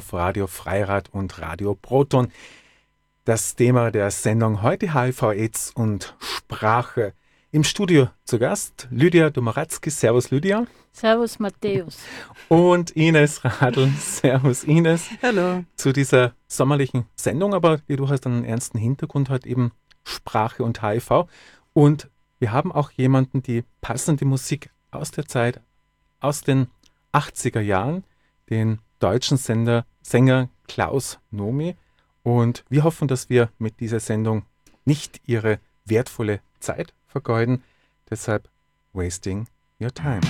auf Radio Freirad und Radio Proton. Das Thema der Sendung heute HIV/AIDS und Sprache. Im Studio zu Gast Lydia Domoratzki. Servus Lydia. Servus Matthäus. Und Ines Radl. Servus Ines. Hallo. Zu dieser sommerlichen Sendung, aber die durchaus einen ernsten Hintergrund hat, eben Sprache und HIV. Und wir haben auch jemanden, die passende Musik aus der Zeit, aus den 80er Jahren, den deutschen Sänger Klaus Nomi. Und wir hoffen, dass wir mit dieser Sendung nicht Ihre wertvolle Zeit vergeuden. Deshalb Wasting Your Time.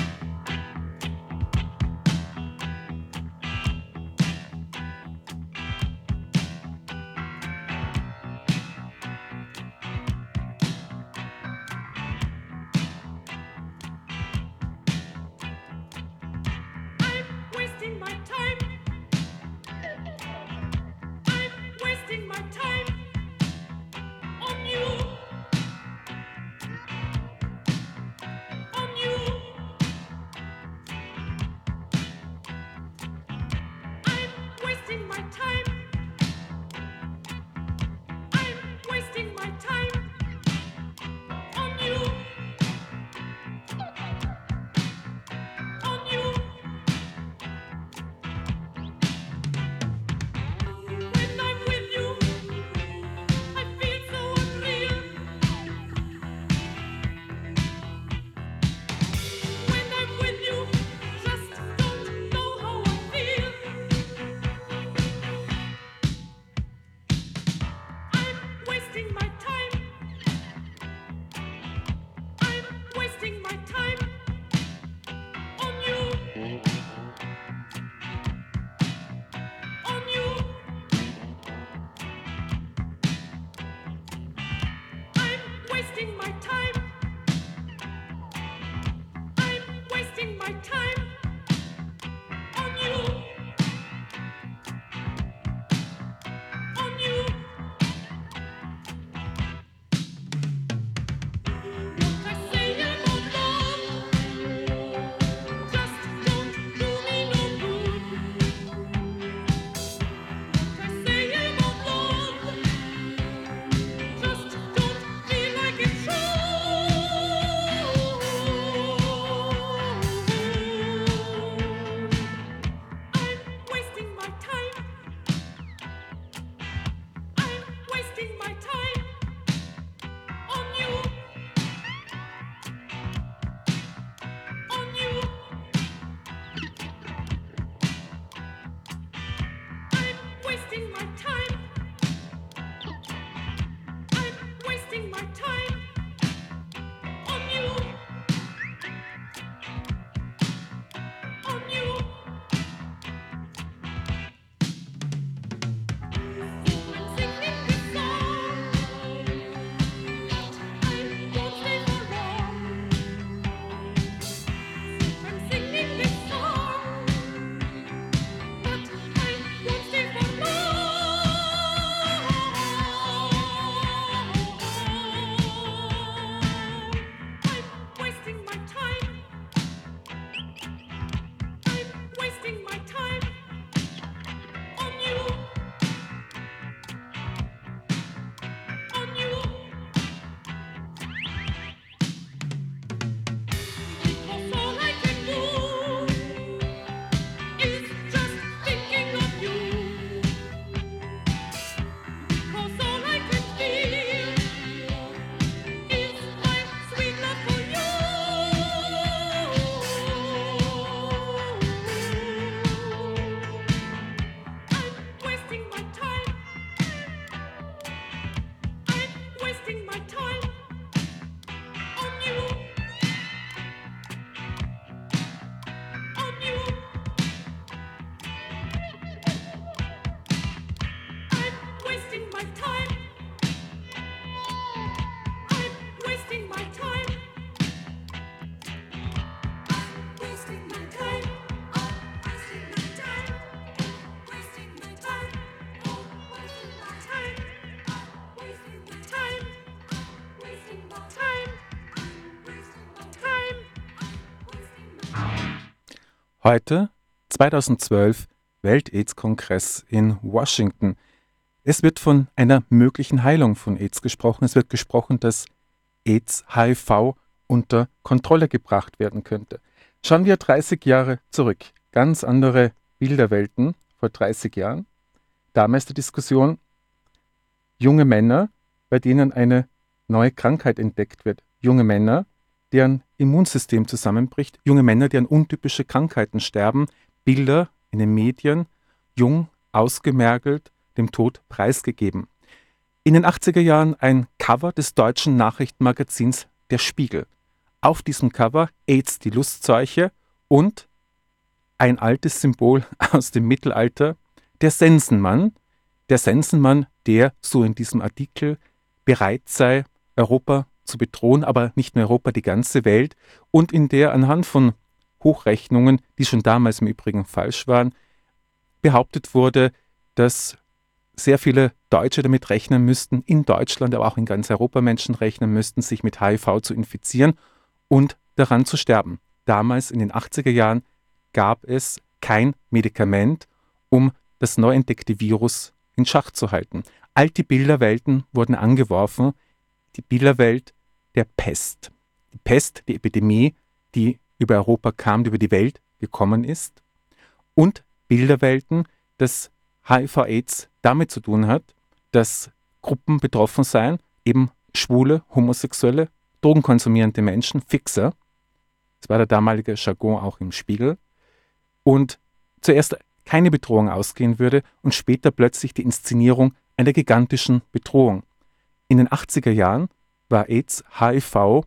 Heute, 2012, Welt-AIDS-Kongress in Washington. Es wird von einer möglichen Heilung von AIDS gesprochen. Es wird gesprochen, dass AIDS, HIV unter Kontrolle gebracht werden könnte. Schauen wir 30 Jahre zurück. Ganz andere Bilderwelten vor 30 Jahren. Damals die Diskussion, junge Männer, bei denen eine neue Krankheit entdeckt wird. Junge Männer, deren Immunsystem zusammenbricht. Junge Männer, die an untypische Krankheiten sterben. Bilder in den Medien, jung, ausgemergelt, dem Tod preisgegeben. In den 80er Jahren ein Cover des deutschen Nachrichtenmagazins Der Spiegel. Auf diesem Cover AIDS, die Lustseuche, und ein altes Symbol aus dem Mittelalter, der Sensenmann. Der Sensenmann, der, so in diesem Artikel, bereit sei, Europa zu bedrohen, aber nicht nur Europa, die ganze Welt, und in der anhand von Hochrechnungen, die schon damals im Übrigen falsch waren, behauptet wurde, dass sehr viele Deutsche damit rechnen müssten, in Deutschland, aber auch in ganz Europa Menschen rechnen müssten, sich mit HIV zu infizieren und daran zu sterben. Damals in den 80er Jahren gab es kein Medikament, um das neu entdeckte Virus in Schach zu halten. Alte Bilderwelten wurden angeworfen, die Bilderwelt der Pest. Die Pest, die Epidemie, die über Europa kam, die über die Welt gekommen ist, und Bilderwelten, dass HIV-AIDS damit zu tun hat, dass Gruppen betroffen seien, eben Schwule, Homosexuelle, drogenkonsumierende Menschen, Fixer. Das war der damalige Jargon auch im Spiegel. Und zuerst keine Bedrohung ausgehen würde und später plötzlich die Inszenierung einer gigantischen Bedrohung. In den 80er Jahren war AIDS, HIV,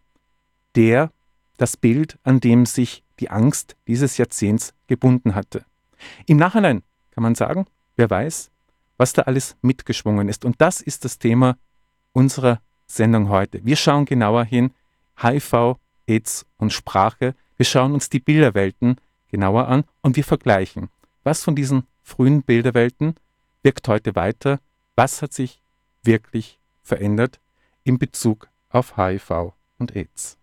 das Bild, an dem sich die Angst dieses Jahrzehnts gebunden hatte. Im Nachhinein kann man sagen, wer weiß, was da alles mitgeschwungen ist. Und das ist das Thema unserer Sendung heute. Wir schauen genauer hin, HIV, AIDS und Sprache. Wir schauen uns die Bilderwelten genauer an und wir vergleichen, was von diesen frühen Bilderwelten wirkt heute weiter, was hat sich wirklich verändert in Bezug auf HIV und AIDS.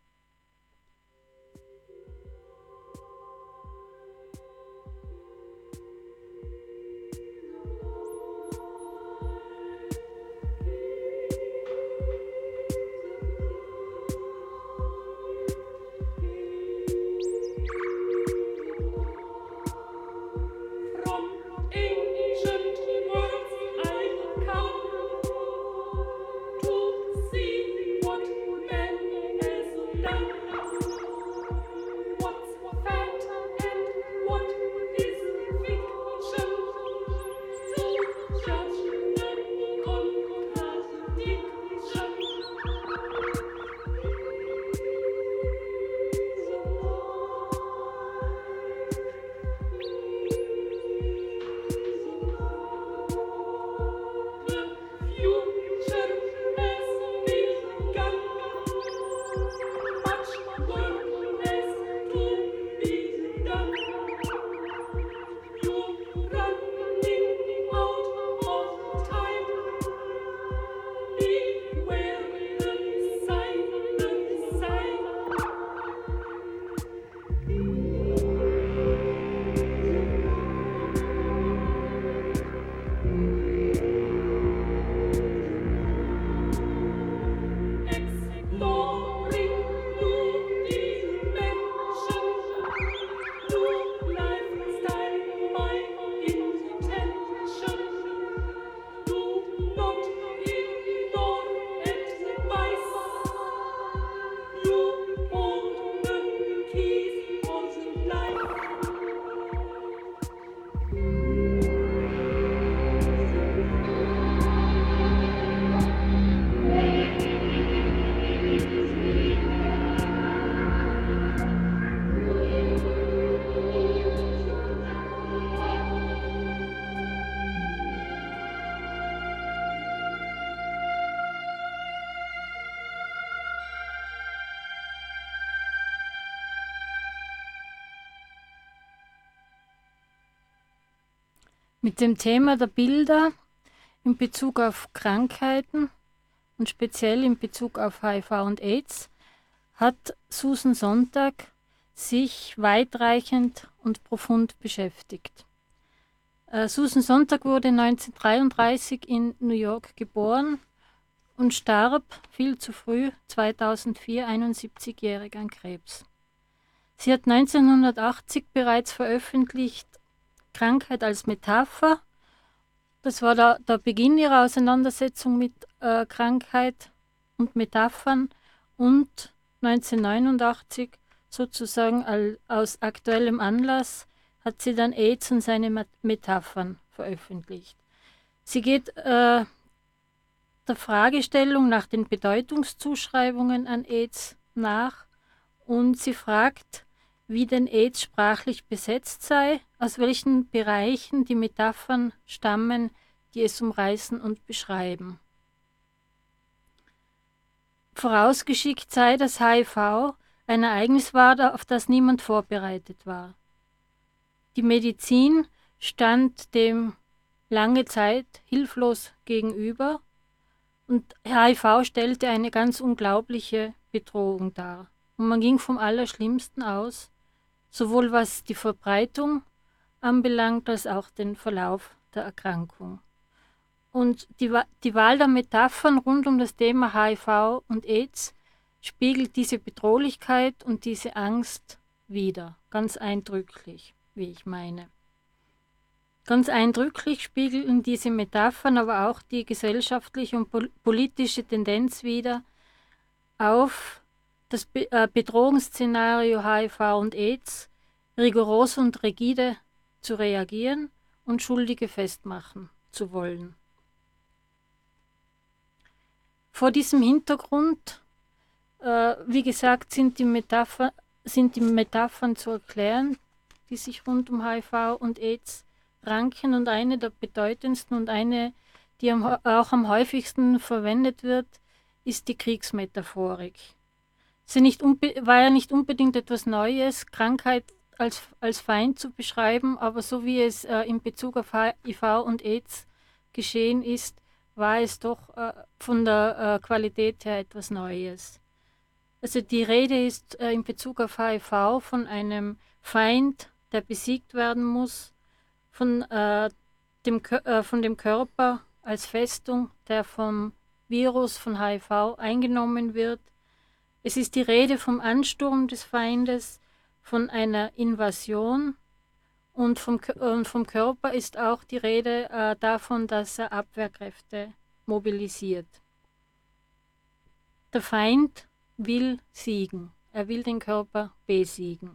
Mit dem Thema der Bilder in Bezug auf Krankheiten und speziell in Bezug auf HIV und AIDS hat Susan Sontag sich weitreichend und profund beschäftigt. Susan Sontag wurde 1933 in New York geboren und starb viel zu früh, 2004, 71-jährig an Krebs. Sie hat 1980 bereits veröffentlicht Krankheit als Metapher. Das war der Beginn ihrer Auseinandersetzung mit Krankheit und Metaphern, und 1989 sozusagen aus aktuellem Anlass hat sie dann AIDS und seine Metaphern veröffentlicht. Sie geht der Fragestellung nach den Bedeutungszuschreibungen an AIDS nach, und sie fragt, wie denn AIDS sprachlich besetzt sei, aus welchen Bereichen die Metaphern stammen, die es umreißen und beschreiben. Vorausgeschickt sei, dass HIV ein Ereignis war, auf das niemand vorbereitet war. Die Medizin stand dem lange Zeit hilflos gegenüber, und HIV stellte eine ganz unglaubliche Bedrohung dar. Und man ging vom Allerschlimmsten aus, sowohl was die Verbreitung anbelangt, als auch den Verlauf der Erkrankung. Und die Wahl der Metaphern rund um das Thema HIV und AIDS spiegelt diese Bedrohlichkeit und diese Angst wider, ganz eindrücklich, wie ich meine. Ganz eindrücklich spiegeln diese Metaphern aber auch die gesellschaftliche und politische Tendenz wider, auf das Bedrohungsszenario HIV und AIDS rigoros und rigide zu reagieren und Schuldige festmachen zu wollen. Vor diesem Hintergrund, wie gesagt, sind die Metaphern zu erklären, die sich rund um HIV und AIDS ranken, und eine der bedeutendsten und eine, die auch am häufigsten verwendet wird, ist die Kriegsmetaphorik. Sie war ja nicht unbedingt etwas Neues, Krankheit als Feind zu beschreiben, aber so wie es in Bezug auf HIV und AIDS geschehen ist, war es doch von der Qualität her etwas Neues. Also die Rede ist in Bezug auf HIV von einem Feind, der besiegt werden muss, von dem Körper als Festung, der vom Virus von HIV eingenommen wird. Es ist die Rede vom Ansturm des Feindes, von einer Invasion, und vom Körper ist auch die Rede davon, dass er Abwehrkräfte mobilisiert. Der Feind will siegen, er will den Körper besiegen.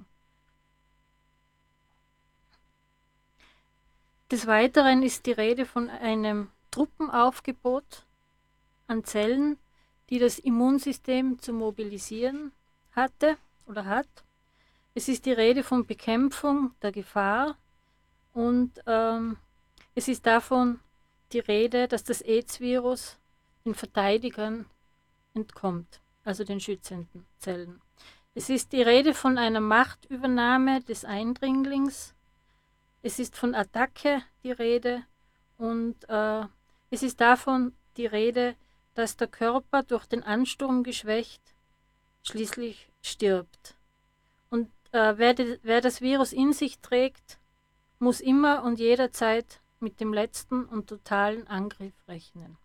Des Weiteren ist die Rede von einem Truppenaufgebot an Zellen, die das Immunsystem zu mobilisieren hatte oder hat. Es ist die Rede von Bekämpfung der Gefahr, und es ist davon die Rede, dass das AIDS-Virus den Verteidigern entkommt, also den schützenden Zellen. Es ist die Rede von einer Machtübernahme des Eindringlings. Es ist von Attacke die Rede, und es ist davon die Rede, dass der Körper durch den Ansturm geschwächt schließlich stirbt. Und wer das Virus in sich trägt, muss immer und jederzeit mit dem letzten und totalen Angriff rechnen.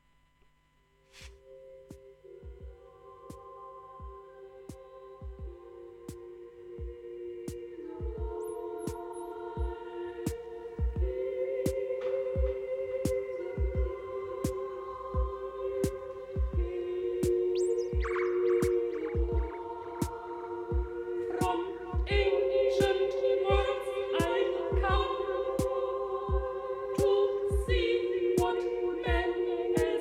What man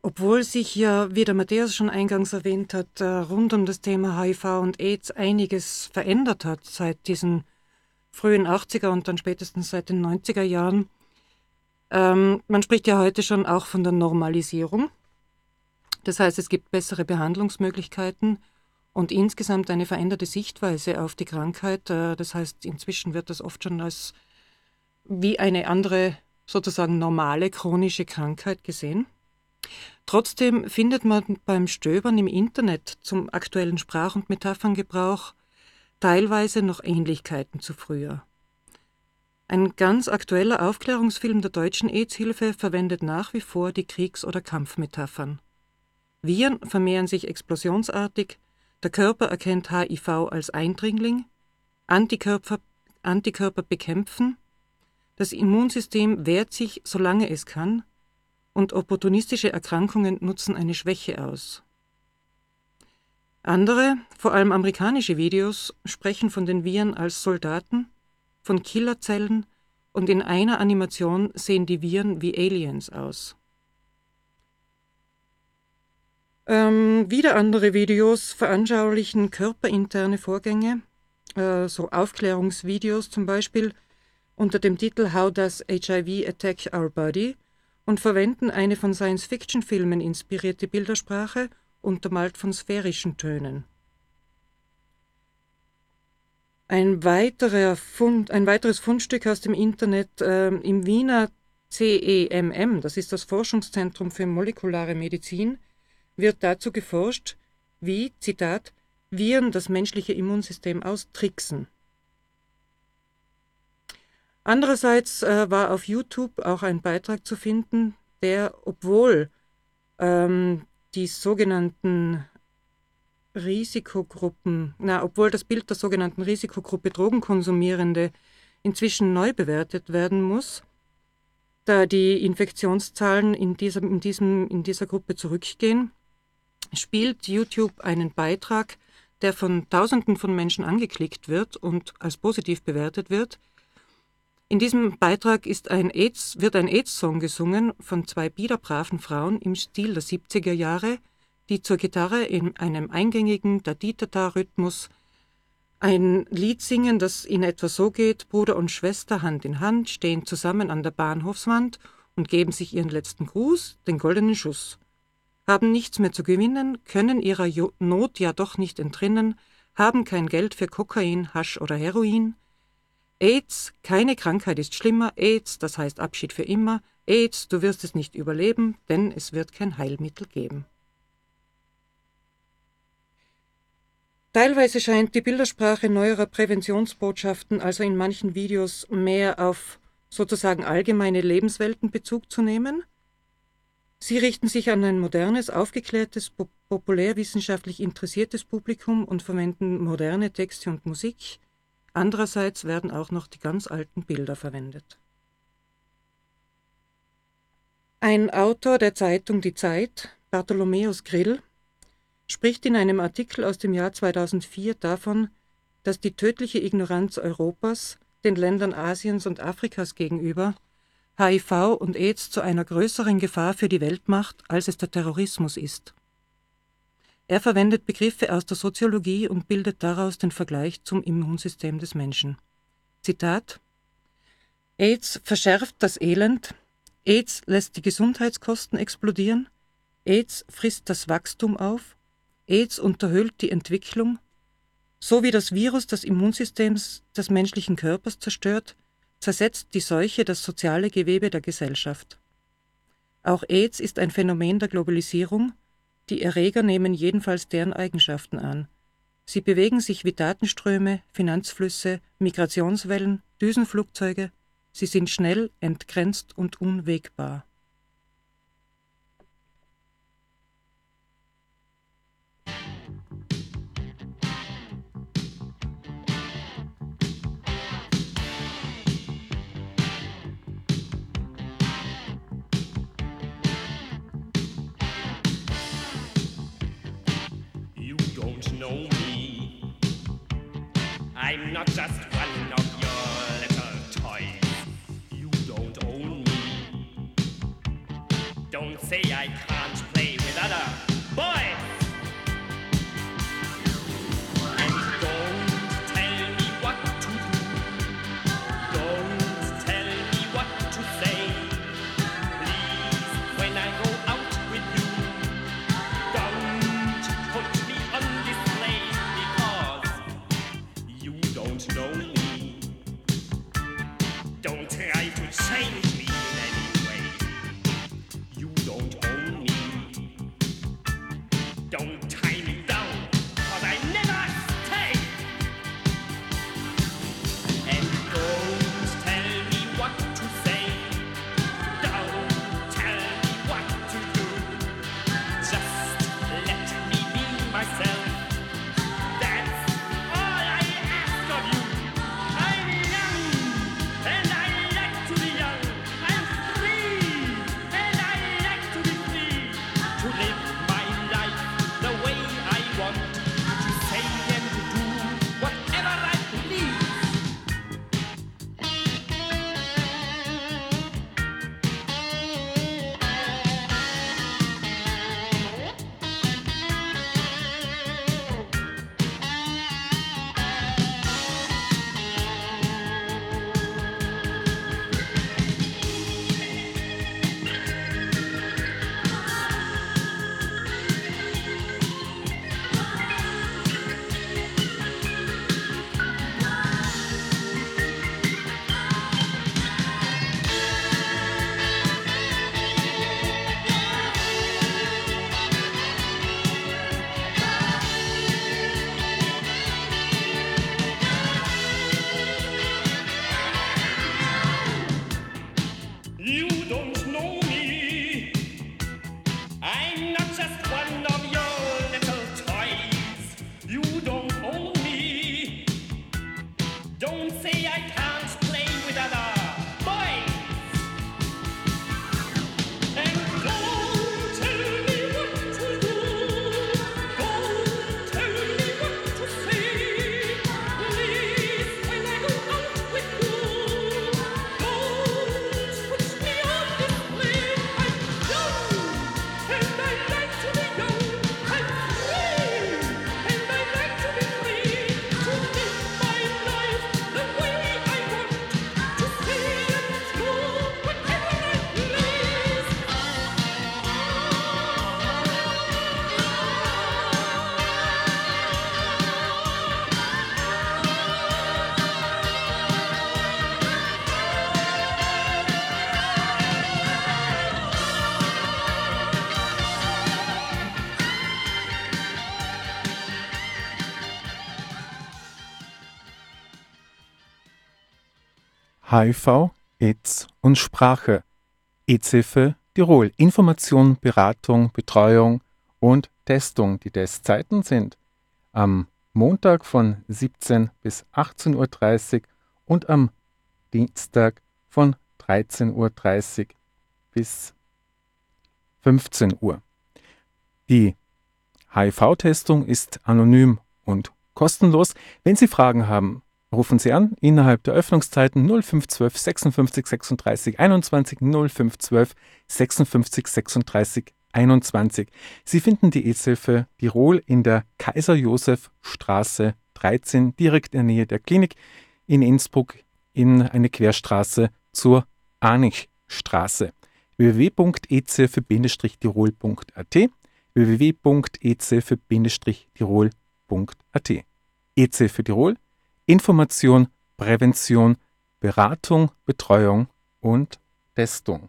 Obwohl sich ja, wie der Matthias schon eingangs erwähnt hat, rund um das Thema HIV und AIDS einiges verändert hat seit diesen frühen 80er und dann spätestens seit den 90er Jahren. Man spricht ja heute schon auch von der Normalisierung. Das heißt, es gibt bessere Behandlungsmöglichkeiten und insgesamt eine veränderte Sichtweise auf die Krankheit. Das heißt, inzwischen wird das oft schon als wie eine andere, sozusagen normale chronische Krankheit gesehen. Trotzdem findet man beim Stöbern im Internet zum aktuellen Sprach- und Metapherngebrauch teilweise noch Ähnlichkeiten zu früher. Ein ganz aktueller Aufklärungsfilm der Deutschen AIDS-Hilfe verwendet nach wie vor die Kriegs- oder Kampfmetaphern. Viren vermehren sich explosionsartig, der Körper erkennt HIV als Eindringling, Antikörper bekämpfen, das Immunsystem wehrt sich, solange es kann, und opportunistische Erkrankungen nutzen eine Schwäche aus. Andere, vor allem amerikanische Videos, sprechen von den Viren als Soldaten, von Killerzellen und in einer Animation sehen die Viren wie Aliens aus. Wieder andere Videos veranschaulichen körperinterne Vorgänge, so Aufklärungsvideos zum Beispiel unter dem Titel How Does HIV Attack Our Body und verwenden eine von Science-Fiction-Filmen inspirierte Bildersprache, untermalt von sphärischen Tönen. Ein weiteres Fundstück aus dem Internet im Wiener CEMM, das ist das Forschungszentrum für molekulare Medizin, wird dazu geforscht, wie, Zitat, Viren das menschliche Immunsystem austricksen. Andererseits war auf YouTube auch ein Beitrag zu finden, der, obwohl die sogenannten obwohl das Bild der sogenannten Risikogruppe Drogenkonsumierende inzwischen neu bewertet werden muss, da die Infektionszahlen in dieser Gruppe zurückgehen, spielt YouTube einen Beitrag, der von Tausenden von Menschen angeklickt wird und als positiv bewertet wird. In diesem Beitrag wird ein AIDS-Song gesungen von zwei biederbraven Frauen im Stil der 70er Jahre, die zur Gitarre in einem eingängigen Da-Di-Da-Da-Rhythmus ein Lied singen, das in etwa so geht: Bruder und Schwester Hand in Hand stehen zusammen an der Bahnhofswand und geben sich ihren letzten Gruß, den goldenen Schuss. Haben nichts mehr zu gewinnen, können ihrer Not ja doch nicht entrinnen, haben kein Geld für Kokain, Hasch oder Heroin. AIDS, keine Krankheit ist schlimmer, AIDS, das heißt Abschied für immer, AIDS, du wirst es nicht überleben, denn es wird kein Heilmittel geben. Teilweise scheint die Bildersprache neuerer Präventionsbotschaften also in manchen Videos mehr auf sozusagen allgemeine Lebenswelten Bezug zu nehmen. Sie richten sich an ein modernes, aufgeklärtes, populärwissenschaftlich interessiertes Publikum und verwenden moderne Texte und Musik. Andererseits werden auch noch die ganz alten Bilder verwendet. Ein Autor der Zeitung Die Zeit, Bartholomäus Grill, spricht in einem Artikel aus dem Jahr 2004 davon, dass die tödliche Ignoranz Europas den Ländern Asiens und Afrikas gegenüber HIV und AIDS zu einer größeren Gefahr für die Welt macht, als es der Terrorismus ist. Er verwendet Begriffe aus der Soziologie und bildet daraus den Vergleich zum Immunsystem des Menschen. Zitat: AIDS verschärft das Elend, AIDS lässt die Gesundheitskosten explodieren, AIDS frisst das Wachstum auf, AIDS unterhöhlt die Entwicklung, so wie das Virus das Immunsystem des menschlichen Körpers zerstört, zersetzt die Seuche das soziale Gewebe der Gesellschaft. Auch AIDS ist ein Phänomen der Globalisierung, die Erreger nehmen jedenfalls deren Eigenschaften an. Sie bewegen sich wie Datenströme, Finanzflüsse, Migrationswellen, Düsenflugzeuge. Sie sind schnell, entgrenzt und unwegbar. I'm not just one of your little toys. You don't own me. Don't say I can't play boys. And don't tell me what to do. Don't tell me what to say. Please, when I go out with you, don't put me on display because you don't know me. Don't try to change me in any way. You don't own me. Don't tie me down, cause I never stay. And don't tell me what to say. Don't tell me what to do. Just let me be myself. That's all I ask of you. I'm young, and I like to be young. I'm free, and I like to be free. To live my life the way I want. To say and do whatever I please. You don't know me. I'm not just one of your little toys. You don't own me. Don't say I can't play with other boys. And don't tell me what to do. Don't tell me what to say. Please, when I go out with you, don't put me on display. I'm young, and I like to be young. I'm free, and I like to be free. To live my life the way I want. To say and do whatever I please. HIV, AIDS und Sprache. EZ-Hilfe Tirol. Information, Beratung, Betreuung und Testung. Die Testzeiten sind am Montag von 17 bis 18:30 Uhr und am Dienstag von 13:30 Uhr bis 15 Uhr. Die HIV-Testung ist anonym und kostenlos. Wenn Sie Fragen haben, rufen Sie an innerhalb der Öffnungszeiten 0512 56 36 21 0512 56 36 21. Sie finden die EZ-Hilfe Tirol in der Kaiser-Josef-Straße 13, direkt in der Nähe der Klinik, in Innsbruck in eine Querstraße zur Anichstraße. www.ezhilfe-tirol.at www.ezhilfe-tirol.at EZ-Hilfe Tirol. Information, Prävention, Beratung, Betreuung und Testung.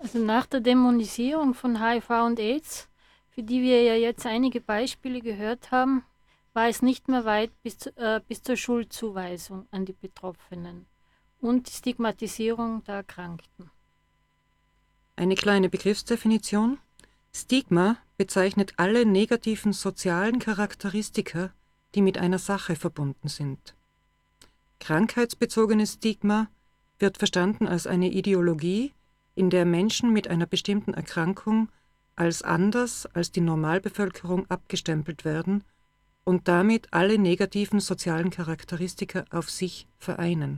Also nach der Dämonisierung von HIV und AIDS, für die wir ja jetzt einige Beispiele gehört haben, war es nicht mehr weit bis zur Schuldzuweisung an die Betroffenen und die Stigmatisierung der Erkrankten. Eine kleine Begriffsdefinition. Stigma bezeichnet alle negativen sozialen Charakteristika, die mit einer Sache verbunden sind. Krankheitsbezogenes Stigma wird verstanden als eine Ideologie, in der Menschen mit einer bestimmten Erkrankung als anders als die Normalbevölkerung abgestempelt werden und damit alle negativen sozialen Charakteristika auf sich vereinen.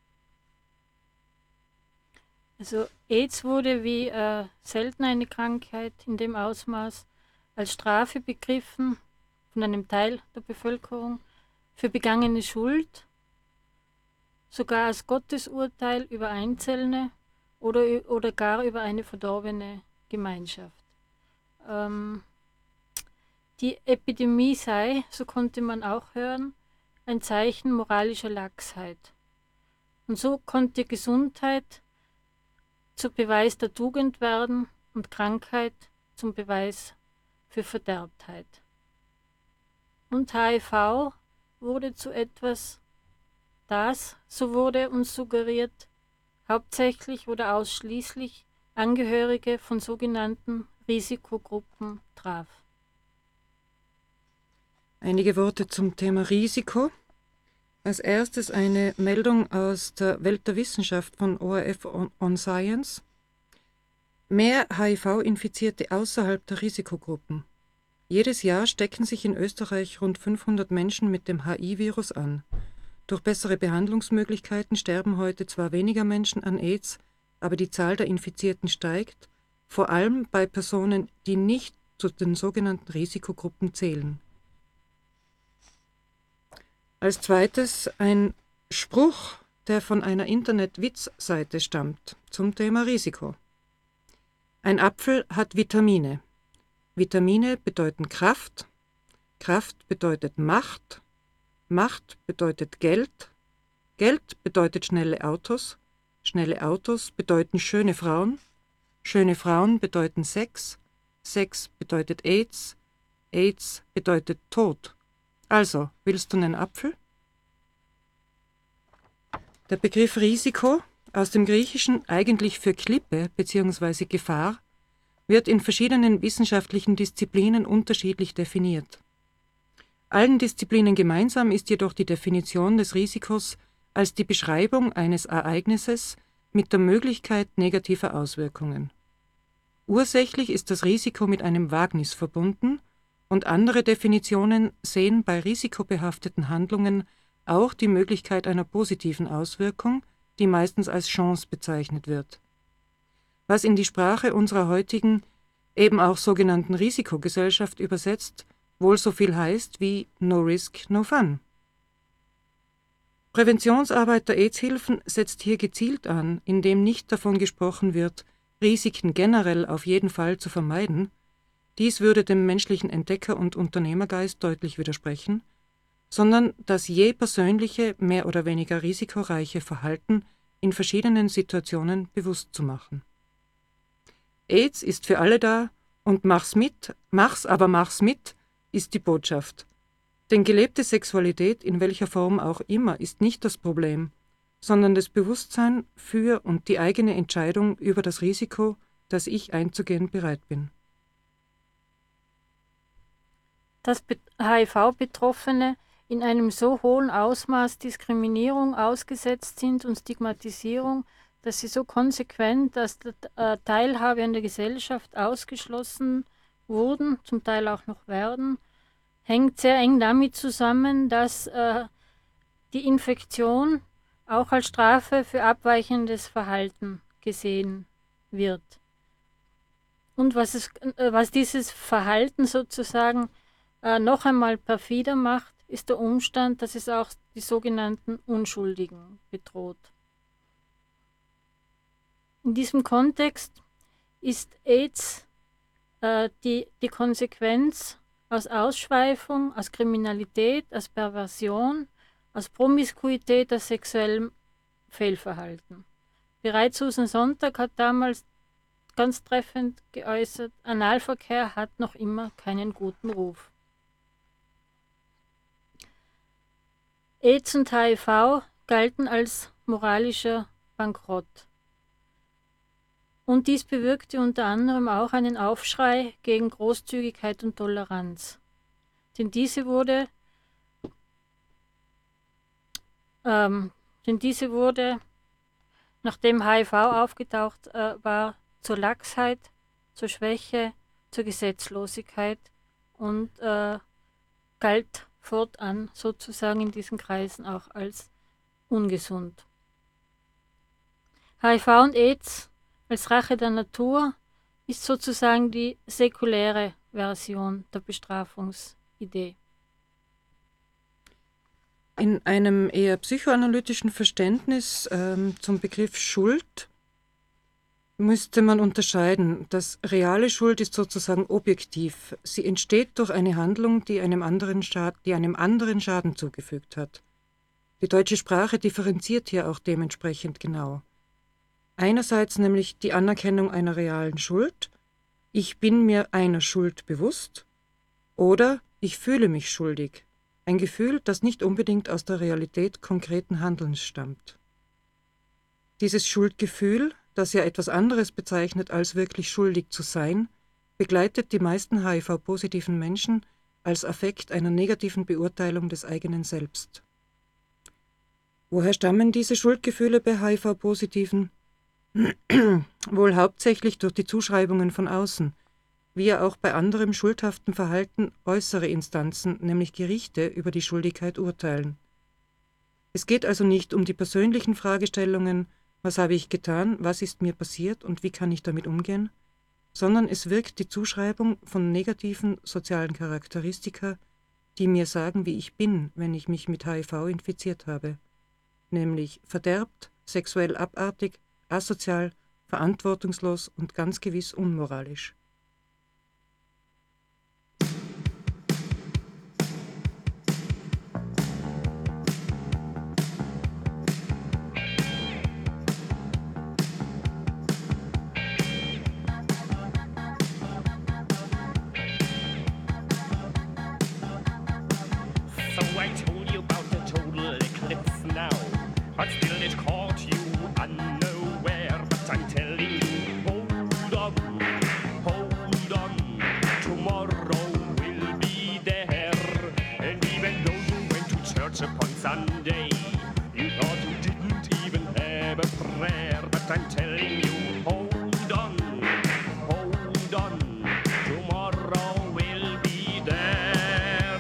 Also AIDS wurde wie selten eine Krankheit in dem Ausmaß als Strafe begriffen von einem Teil der Bevölkerung für begangene Schuld, sogar als Gottesurteil über Einzelne oder gar über eine verdorbene Gemeinschaft. Die Epidemie sei, so konnte man auch hören, ein Zeichen moralischer Laxheit. Und so konnte Gesundheit zu Beweis der Tugend werden und Krankheit zum Beweis für Verderbtheit. Und HIV wurde zu etwas, das, so wurde uns suggeriert, hauptsächlich oder ausschließlich Angehörige von sogenannten Risikogruppen traf. Einige Worte zum Thema Risiko. Als erstes eine Meldung aus der Welt der Wissenschaft von ORF on Science. Mehr HIV-Infizierte außerhalb der Risikogruppen. Jedes Jahr stecken sich in Österreich rund 500 Menschen mit dem HIV-Virus an. Durch bessere Behandlungsmöglichkeiten sterben heute zwar weniger Menschen an AIDS, aber die Zahl der Infizierten steigt, vor allem bei Personen, die nicht zu den sogenannten Risikogruppen zählen. Als zweites ein Spruch, der von einer Internet-Witz-Seite stammt, zum Thema Risiko. Ein Apfel hat Vitamine. Vitamine bedeuten Kraft, Kraft bedeutet Macht, Macht bedeutet Geld, Geld bedeutet schnelle Autos bedeuten schöne Frauen bedeuten Sex, Sex bedeutet AIDS, AIDS bedeutet Tod. Also, willst du einen Apfel? Der Begriff Risiko, aus dem Griechischen eigentlich für Klippe bzw. Gefahr, wird in verschiedenen wissenschaftlichen Disziplinen unterschiedlich definiert. Allen Disziplinen gemeinsam ist jedoch die Definition des Risikos als die Beschreibung eines Ereignisses mit der Möglichkeit negativer Auswirkungen. Ursächlich ist das Risiko mit einem Wagnis verbunden, und andere Definitionen sehen bei risikobehafteten Handlungen auch die Möglichkeit einer positiven Auswirkung, die meistens als Chance bezeichnet wird. Was in die Sprache unserer heutigen, eben auch sogenannten Risikogesellschaft übersetzt, wohl so viel heißt wie No Risk, No Fun. Präventionsarbeit der AIDS-Hilfen setzt hier gezielt an, indem nicht davon gesprochen wird, Risiken generell auf jeden Fall zu vermeiden. Dies würde dem menschlichen Entdecker- und Unternehmergeist deutlich widersprechen, sondern das je persönliche, mehr oder weniger risikoreiche Verhalten in verschiedenen Situationen bewusst zu machen. AIDS ist für alle da und mach's mit, mach's mit, ist die Botschaft. Denn gelebte Sexualität, in welcher Form auch immer, ist nicht das Problem, sondern das Bewusstsein für und die eigene Entscheidung über das Risiko, das ich einzugehen bereit bin. Dass HIV-Betroffene in einem so hohen Ausmaß Diskriminierung ausgesetzt sind und Stigmatisierung, dass sie so konsequent aus der Teilhabe an der Gesellschaft ausgeschlossen wurden, zum Teil auch noch werden, hängt sehr eng damit zusammen, dass die Infektion auch als Strafe für abweichendes Verhalten gesehen wird. Und was dieses Verhalten sozusagen noch einmal perfider macht, ist der Umstand, dass es auch die sogenannten Unschuldigen bedroht. In diesem Kontext ist AIDS die Konsequenz aus Ausschweifung, aus Kriminalität, aus Perversion, aus Promiskuität, aus sexuellem Fehlverhalten. Bereits Susan Sontag hat damals ganz treffend geäußert, Analverkehr hat noch immer keinen guten Ruf. AIDS und HIV galten als moralischer Bankrott. Und dies bewirkte unter anderem auch einen Aufschrei gegen Großzügigkeit und Toleranz. Denn diese wurde, nachdem HIV aufgetaucht war, zur Laxheit, zur Schwäche, zur Gesetzlosigkeit und galt fortan sozusagen in diesen Kreisen auch als ungesund. HIV und AIDS als Rache der Natur ist sozusagen die säkuläre Version der Bestrafungsidee. In einem eher psychoanalytischen Verständnis zum Begriff Schuld müsste man unterscheiden, dass reale Schuld ist sozusagen objektiv. Sie entsteht durch eine Handlung, die einem anderen Schaden zugefügt hat. Die deutsche Sprache differenziert hier auch dementsprechend genau. Einerseits nämlich die Anerkennung einer realen Schuld, ich bin mir einer Schuld bewusst, oder ich fühle mich schuldig, ein Gefühl, das nicht unbedingt aus der Realität konkreten Handelns stammt. Dieses Schuldgefühl, das ja etwas anderes bezeichnet als wirklich schuldig zu sein, begleitet die meisten HIV-positiven Menschen als Affekt einer negativen Beurteilung des eigenen Selbst. Woher stammen diese Schuldgefühle bei HIV-Positiven? Wohl hauptsächlich durch die Zuschreibungen von außen, wie ja auch bei anderem schuldhaften Verhalten äußere Instanzen, nämlich Gerichte, über die Schuldigkeit urteilen. Es geht also nicht um die persönlichen Fragestellungen, was habe ich getan, was ist mir passiert und wie kann ich damit umgehen, sondern es wirkt die Zuschreibung von negativen sozialen Charakteristika, die mir sagen, wie ich bin, wenn ich mich mit HIV infiziert habe, nämlich verderbt, sexuell abartig, asozial, verantwortungslos und ganz gewiss unmoralisch. So I told you about the total eclipse now, but still it caught you unaware. But I'm telling you, hold on, tomorrow will be there. And even though you went to church upon Sunday, you thought you didn't even have a prayer. But I'm telling you, hold on, tomorrow will be there.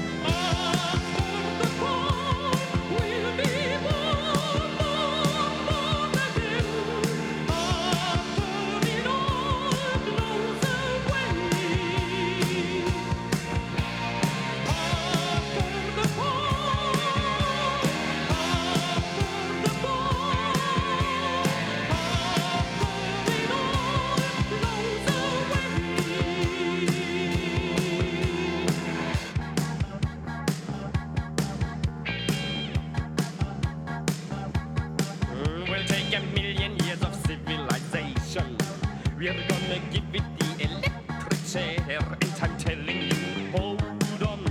We'll take a million years of civilization. We're gonna give it the electric chair. And I'm telling you, hold on,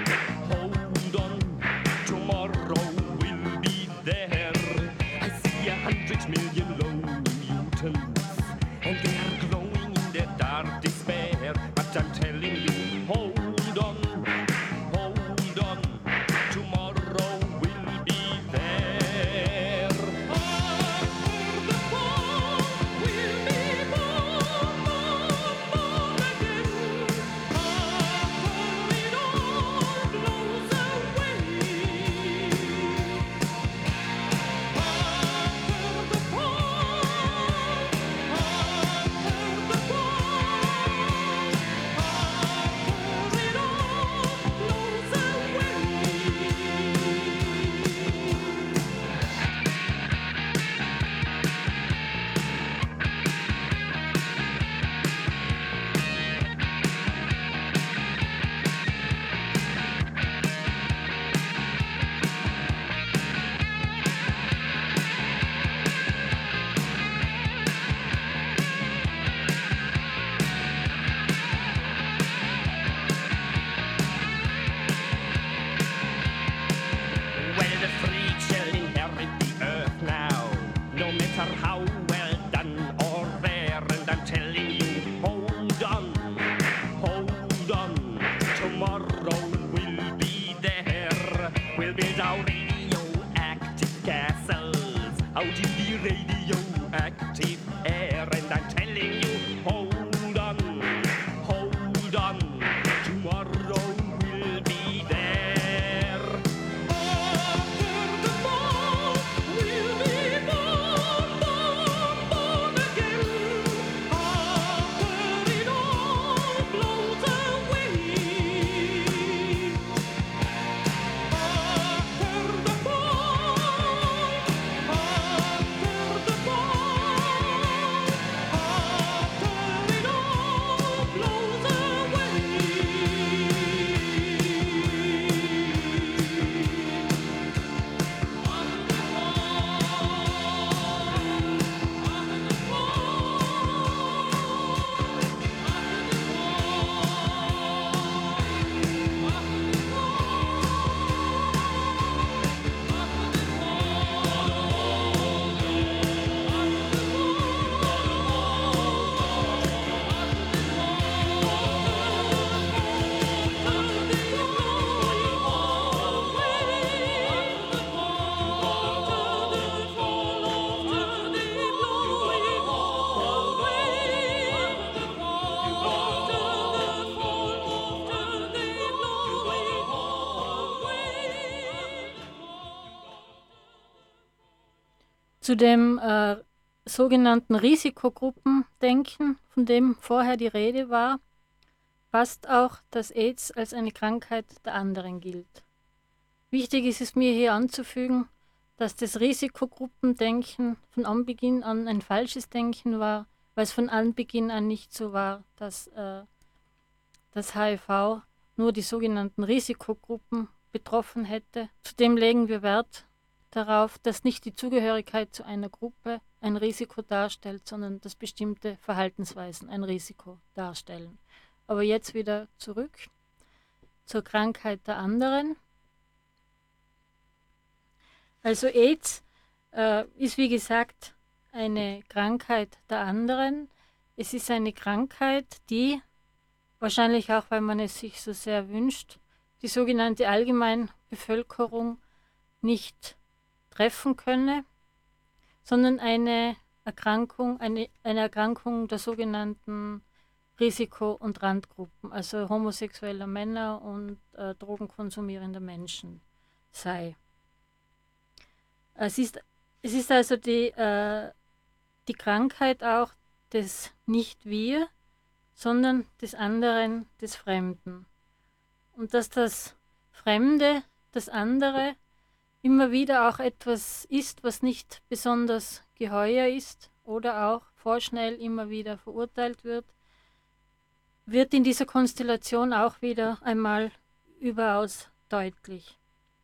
tomorrow will be there. I see 100 million lonely mutants, and they are glowing in their dark despair. But I'm telling you, hold on, tomorrow will be there. matter how well done or weren't, I'm telling you, hold on, tomorrow we'll be there. We'll build our radioactive castles out in the radioactive air, and I'm telling you, hold on, tomorrow we'll be there. After the fall, we'll be born again. After it all blows away. After the fall, after the fall, after it all blows away. Zu dem sogenannten Risikogruppendenken, von dem vorher die Rede war, passt auch, dass AIDS als eine Krankheit der anderen gilt. Wichtig ist es mir hier anzufügen, dass das Risikogruppendenken von Anbeginn an ein falsches Denken war, weil es von Anbeginn an nicht so war, dass das HIV nur die sogenannten Risikogruppen betroffen hätte. Zudem legen wir Wert darauf, dass nicht die Zugehörigkeit zu einer Gruppe ein Risiko darstellt, sondern dass bestimmte Verhaltensweisen ein Risiko darstellen. Aber jetzt wieder zurück zur Krankheit der anderen. Also AIDS ist wie gesagt eine Krankheit der anderen. Es ist eine Krankheit, die, wahrscheinlich auch weil man es sich so sehr wünscht, die sogenannte Allgemeinbevölkerung nicht treffen könne, sondern eine Erkrankung der sogenannten Risiko- und Randgruppen, also homosexueller Männer und drogenkonsumierender Menschen sei. Es ist also die Krankheit auch des Nicht-Wir, sondern des anderen, des Fremden. Und dass das Fremde, das andere, immer wieder auch etwas ist, was nicht besonders geheuer ist oder auch vorschnell immer wieder verurteilt wird, wird in dieser Konstellation auch wieder einmal überaus deutlich.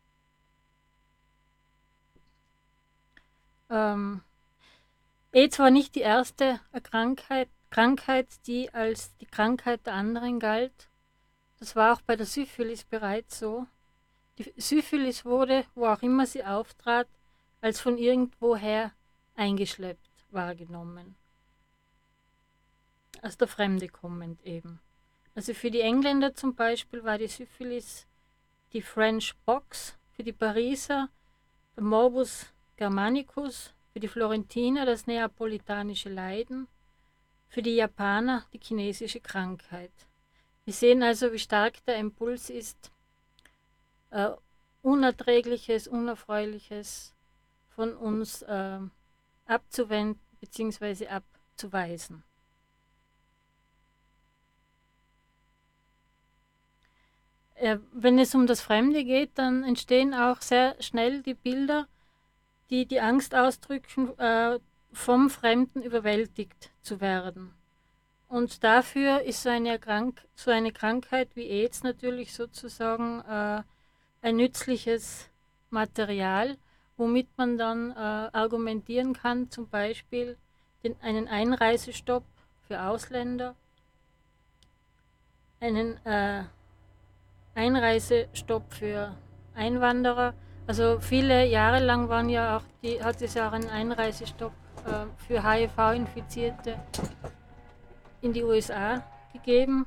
AIDS war nicht die erste Krankheit, die als die Krankheit der anderen galt. Das war auch bei der Syphilis bereits so. Die Syphilis wurde, wo auch immer sie auftrat, als von irgendwoher eingeschleppt wahrgenommen. Aus der Fremde kommend eben. Also für die Engländer zum Beispiel war die Syphilis die French Pox, für die Pariser der Morbus Germanicus, für die Florentiner das neapolitanische Leiden, für die Japaner die chinesische Krankheit. Wir sehen also, wie stark der Impuls ist, Unerträgliches, Unerfreuliches von uns abzuwenden bzw. abzuweisen. Wenn es um das Fremde geht, dann entstehen auch sehr schnell die Bilder, die die Angst ausdrücken, vom Fremden überwältigt zu werden. Und dafür ist so eine Krankheit wie AIDS natürlich sozusagen ein nützliches Material, womit man dann argumentieren kann, zum Beispiel einen Einreisestopp für Ausländer, einen Einreisestopp für Einwanderer. Also viele Jahre lang hat es ja auch einen Einreisestopp für HIV-Infizierte in die USA gegeben.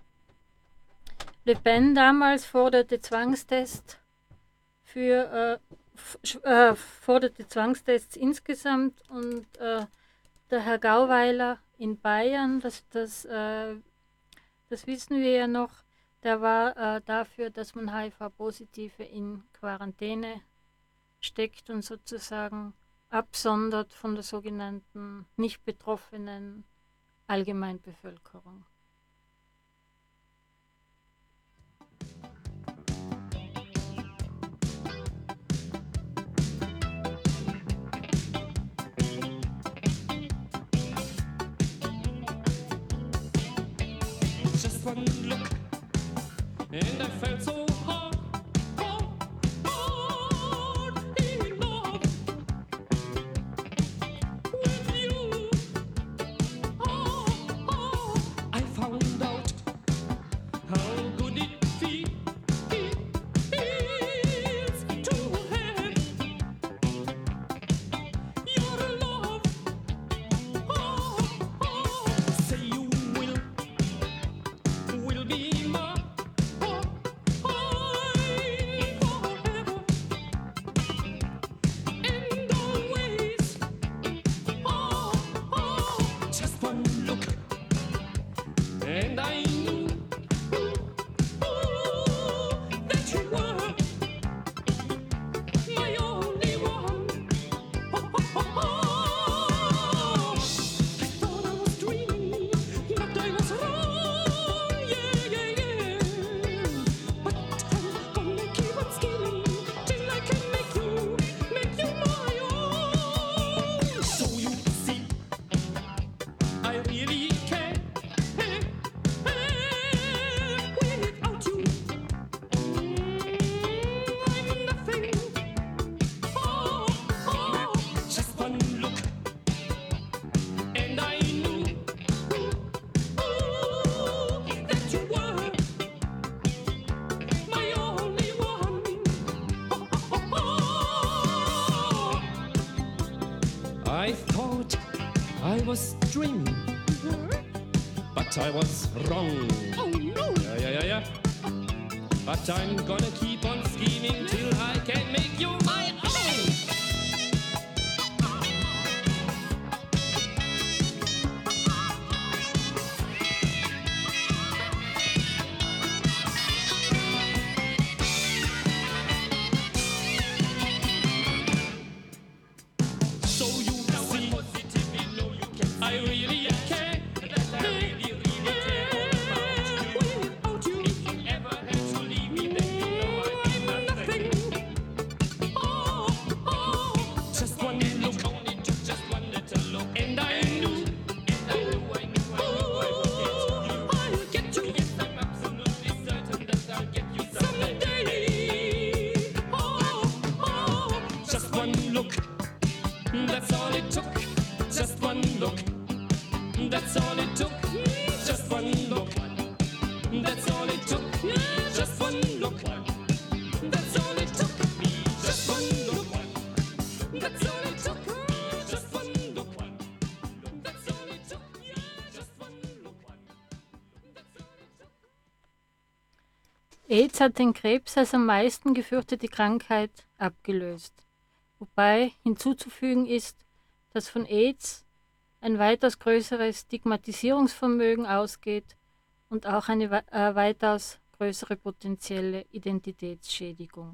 Le Pen damals forderte Zwangstests insgesamt und der Herr Gauweiler in Bayern, das wissen wir ja noch, der war dafür, dass man HIV-Positive in Quarantäne steckt und sozusagen absondert von der sogenannten nicht betroffenen Allgemeinbevölkerung. Just one look, and I felt so hard, hard in love with you. I found out how good it feels to have your love. Say you will be mine forever and always. Just one look, and I knew that you were my only one. I thought I was dreaming, but I was wrong. Yeah. But I'm gonna keep on scheming till I can make you my own. So you see, I really care without you. I'm nothing. Just one look, and I knew that you were my only one. I thought I was dreaming, but I was wrong. Oh no! Yeah. But I'm gonna keep on scheming till I can make you my own. So you see, I really care. Without you, if you ever had to leave me, then you know I'm nothing. Just one look, only took just one little look, and I knew, I'll get you. Yes, I'm absolutely certain that I'll get you someday. Just one look. That's all it took, just one look. That's all it took, just one look. That's all it took, just one look. That's all it took, just one look. That's all it took, just one look. That's all it took, just one look. That's all it took. AIDS hat den Krebs als am meisten gefürchtete Krankheit abgelöst. Wobei hinzuzufügen ist, dass von AIDS ein weitaus größeres Stigmatisierungsvermögen ausgeht und auch eine weitaus größere potenzielle Identitätsschädigung.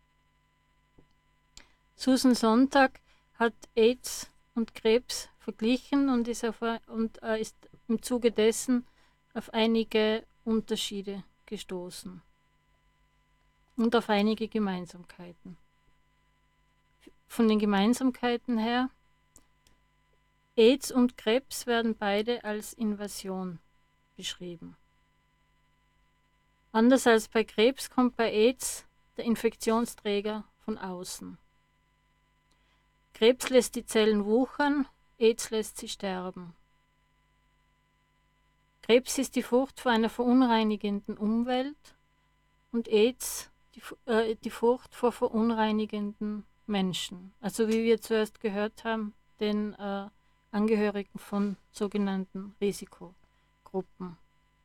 Susan Sontag hat AIDS und Krebs verglichen und ist im Zuge dessen auf einige Unterschiede gestoßen und auf einige Gemeinsamkeiten. Von den Gemeinsamkeiten her, AIDS und Krebs werden beide als Invasion beschrieben. Anders als bei Krebs kommt bei AIDS der Infektionsträger von außen. Krebs lässt die Zellen wuchern, AIDS lässt sie sterben. Krebs ist die Furcht vor einer verunreinigenden Umwelt und AIDS die Furcht vor verunreinigenden Menschen. Also wie wir zuerst gehört haben, den Angehörigen von sogenannten Risikogruppen.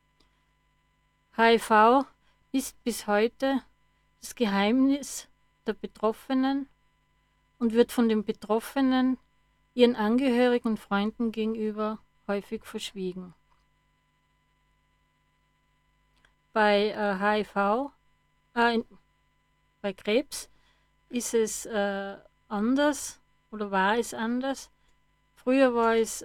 HIV ist bis heute das Geheimnis der Betroffenen und wird von den Betroffenen ihren Angehörigen und Freunden gegenüber häufig verschwiegen. Bei HIV, bei Krebs ist es anders oder war es anders. Früher war es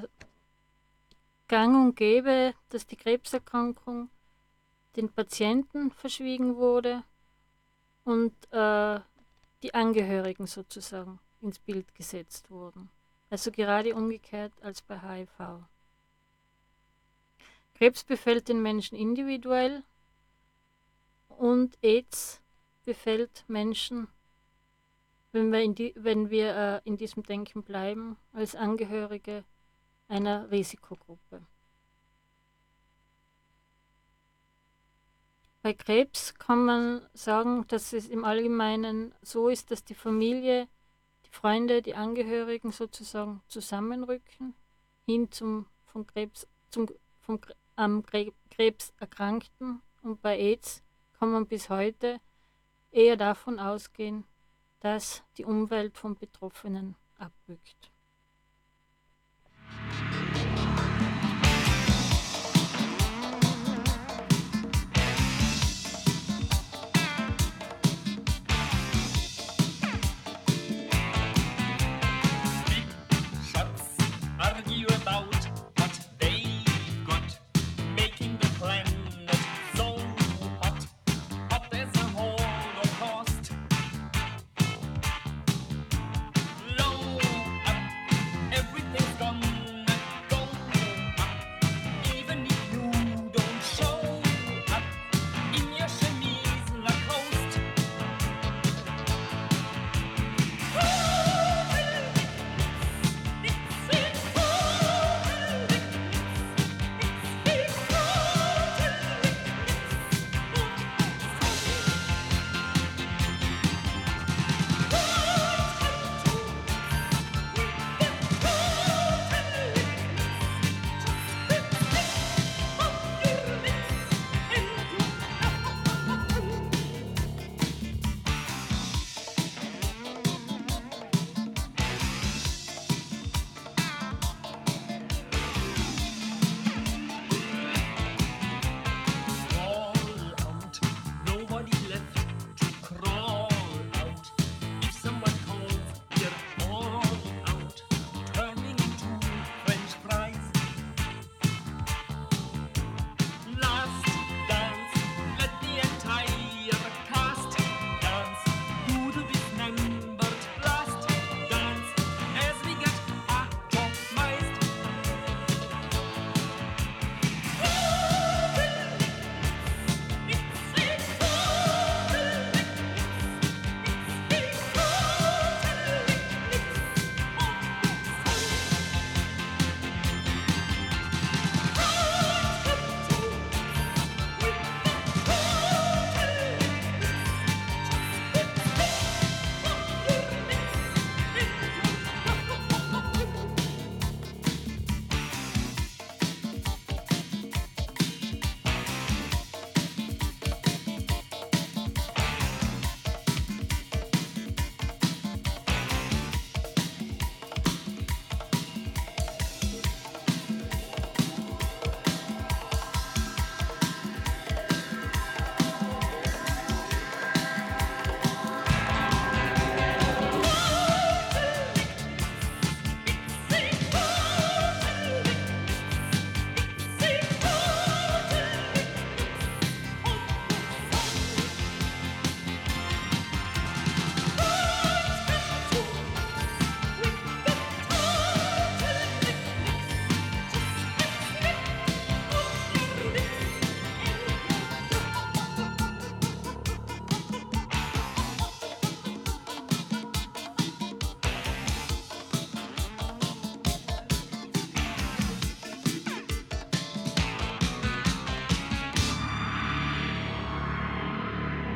gang und gäbe, dass die Krebserkrankung den Patienten verschwiegen wurde und die Angehörigen sozusagen ins Bild gesetzt wurden. Also gerade umgekehrt als bei HIV. Krebs befällt den Menschen individuell und AIDS befällt Menschen, wenn wir in diesem Denken bleiben, als Angehörige einer Risikogruppe. Bei Krebs kann man sagen, dass es im Allgemeinen so ist, dass die Familie, die Freunde, die Angehörigen sozusagen zusammenrücken, hin zum am Krebs Erkrankten. Und bei AIDS kann man bis heute eher davon ausgehen, dass die Umwelt vom Betroffenen abrückt. Argue about what they got, making the planet so hot, hot as a Holocaust. Blow up, everything's gonna go up, even if you don't show up in your chemise Lacoste. Nobody left to crawl out. If someone calls, we're all out, turning into French fries. Last dance, let the entire cast dance to the dismembered last dance as we get atomized.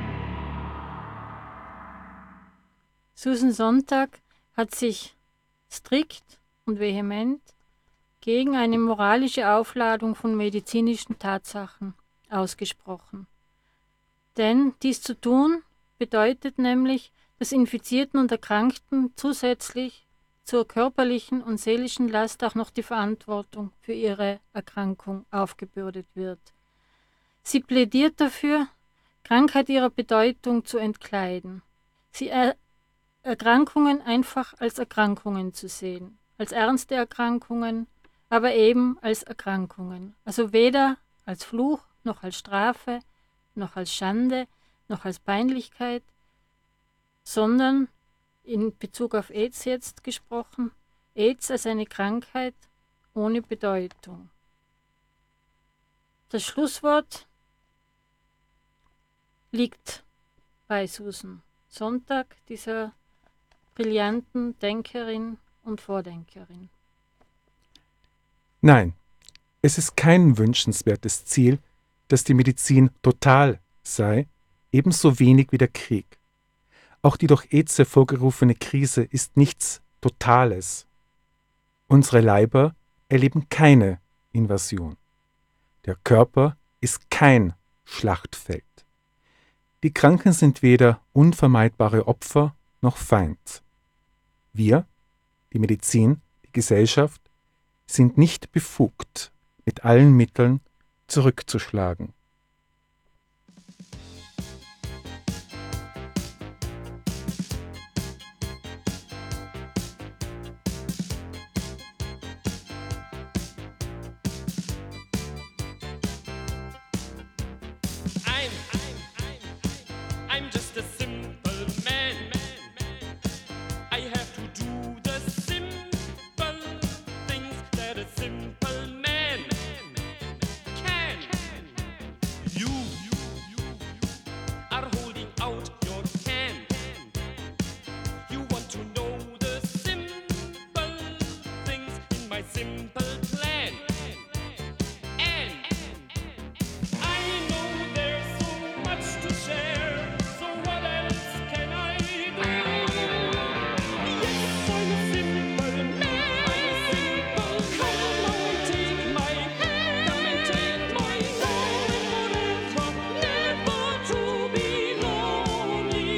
Susan Sontag hat sich strikt und vehement gegen eine moralische Aufladung von medizinischen Tatsachen ausgesprochen. Denn dies zu tun bedeutet nämlich, dass Infizierten und Erkrankten zusätzlich zur körperlichen und seelischen Last auch noch die Verantwortung für ihre Erkrankung aufgebürdet wird. Sie plädiert dafür, Krankheit ihrer Bedeutung zu entkleiden, sie Erkrankungen einfach als Erkrankungen zu sehen, als ernste Erkrankungen, aber eben als Erkrankungen, also weder als Fluch noch als Strafe, noch als Schande, noch als Peinlichkeit, sondern in Bezug auf AIDS jetzt gesprochen, AIDS als eine Krankheit ohne Bedeutung. Das Schlusswort liegt bei Susan Sontag, dieser brillanten Denkerin und Vordenkerin. Nein, es ist kein wünschenswertes Ziel, dass die Medizin total sei, ebenso wenig wie der Krieg. Auch die durch AIDS hervorgerufene Krise ist nichts Totales. Unsere Leiber erleben keine Invasion. Der Körper ist kein Schlachtfeld. Die Kranken sind weder unvermeidbare Opfer noch Feind. Wir, die Medizin, die Gesellschaft, sind nicht befugt, mit allen Mitteln zurückzuschlagen. I'm just a simple man. I have to do the simple things that a simple man can. You are holding out your hand. You want to know the simple things in my simple plan. And I know there's so much to share. So what else can I do? Yes, I'm a simple man. I'm a simple man. Come and take my hand. Come and take my hand. Forever, never to be lonely.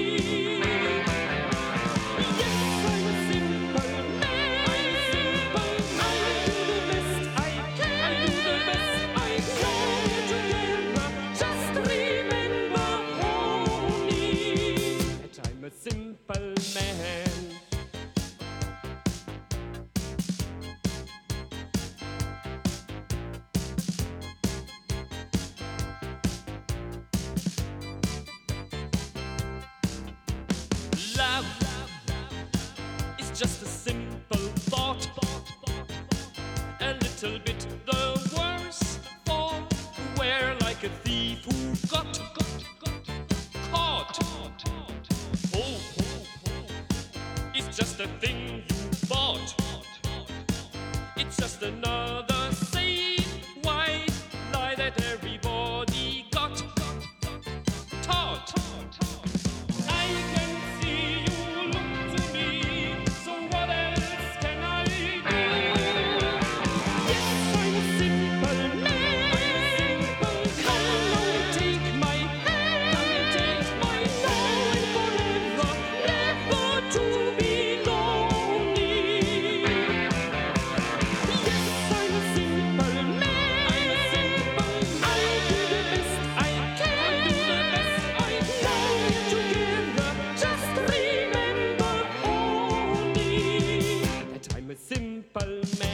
Yes, I'm a simple man. I'm a simple man. I do the best I can. I do the best I can. Together, just remember only that I'm a simple man. Love is just a simple thought, a little bit the worse for wear like a thief who got caught. Oh, it's just a thing you bought. It's just another safe white lie that everybody got taught. I can see you look to me, so what else can I do? Yes, I'm a simple man. I'm a simple man. Come and take my hand. Come and take my hand. Forever, never to be lonely. Yes, I'm a simple man. I'm a simple man. I do the best I can. I do the best I can. Together, just remember only that I'm a simple man.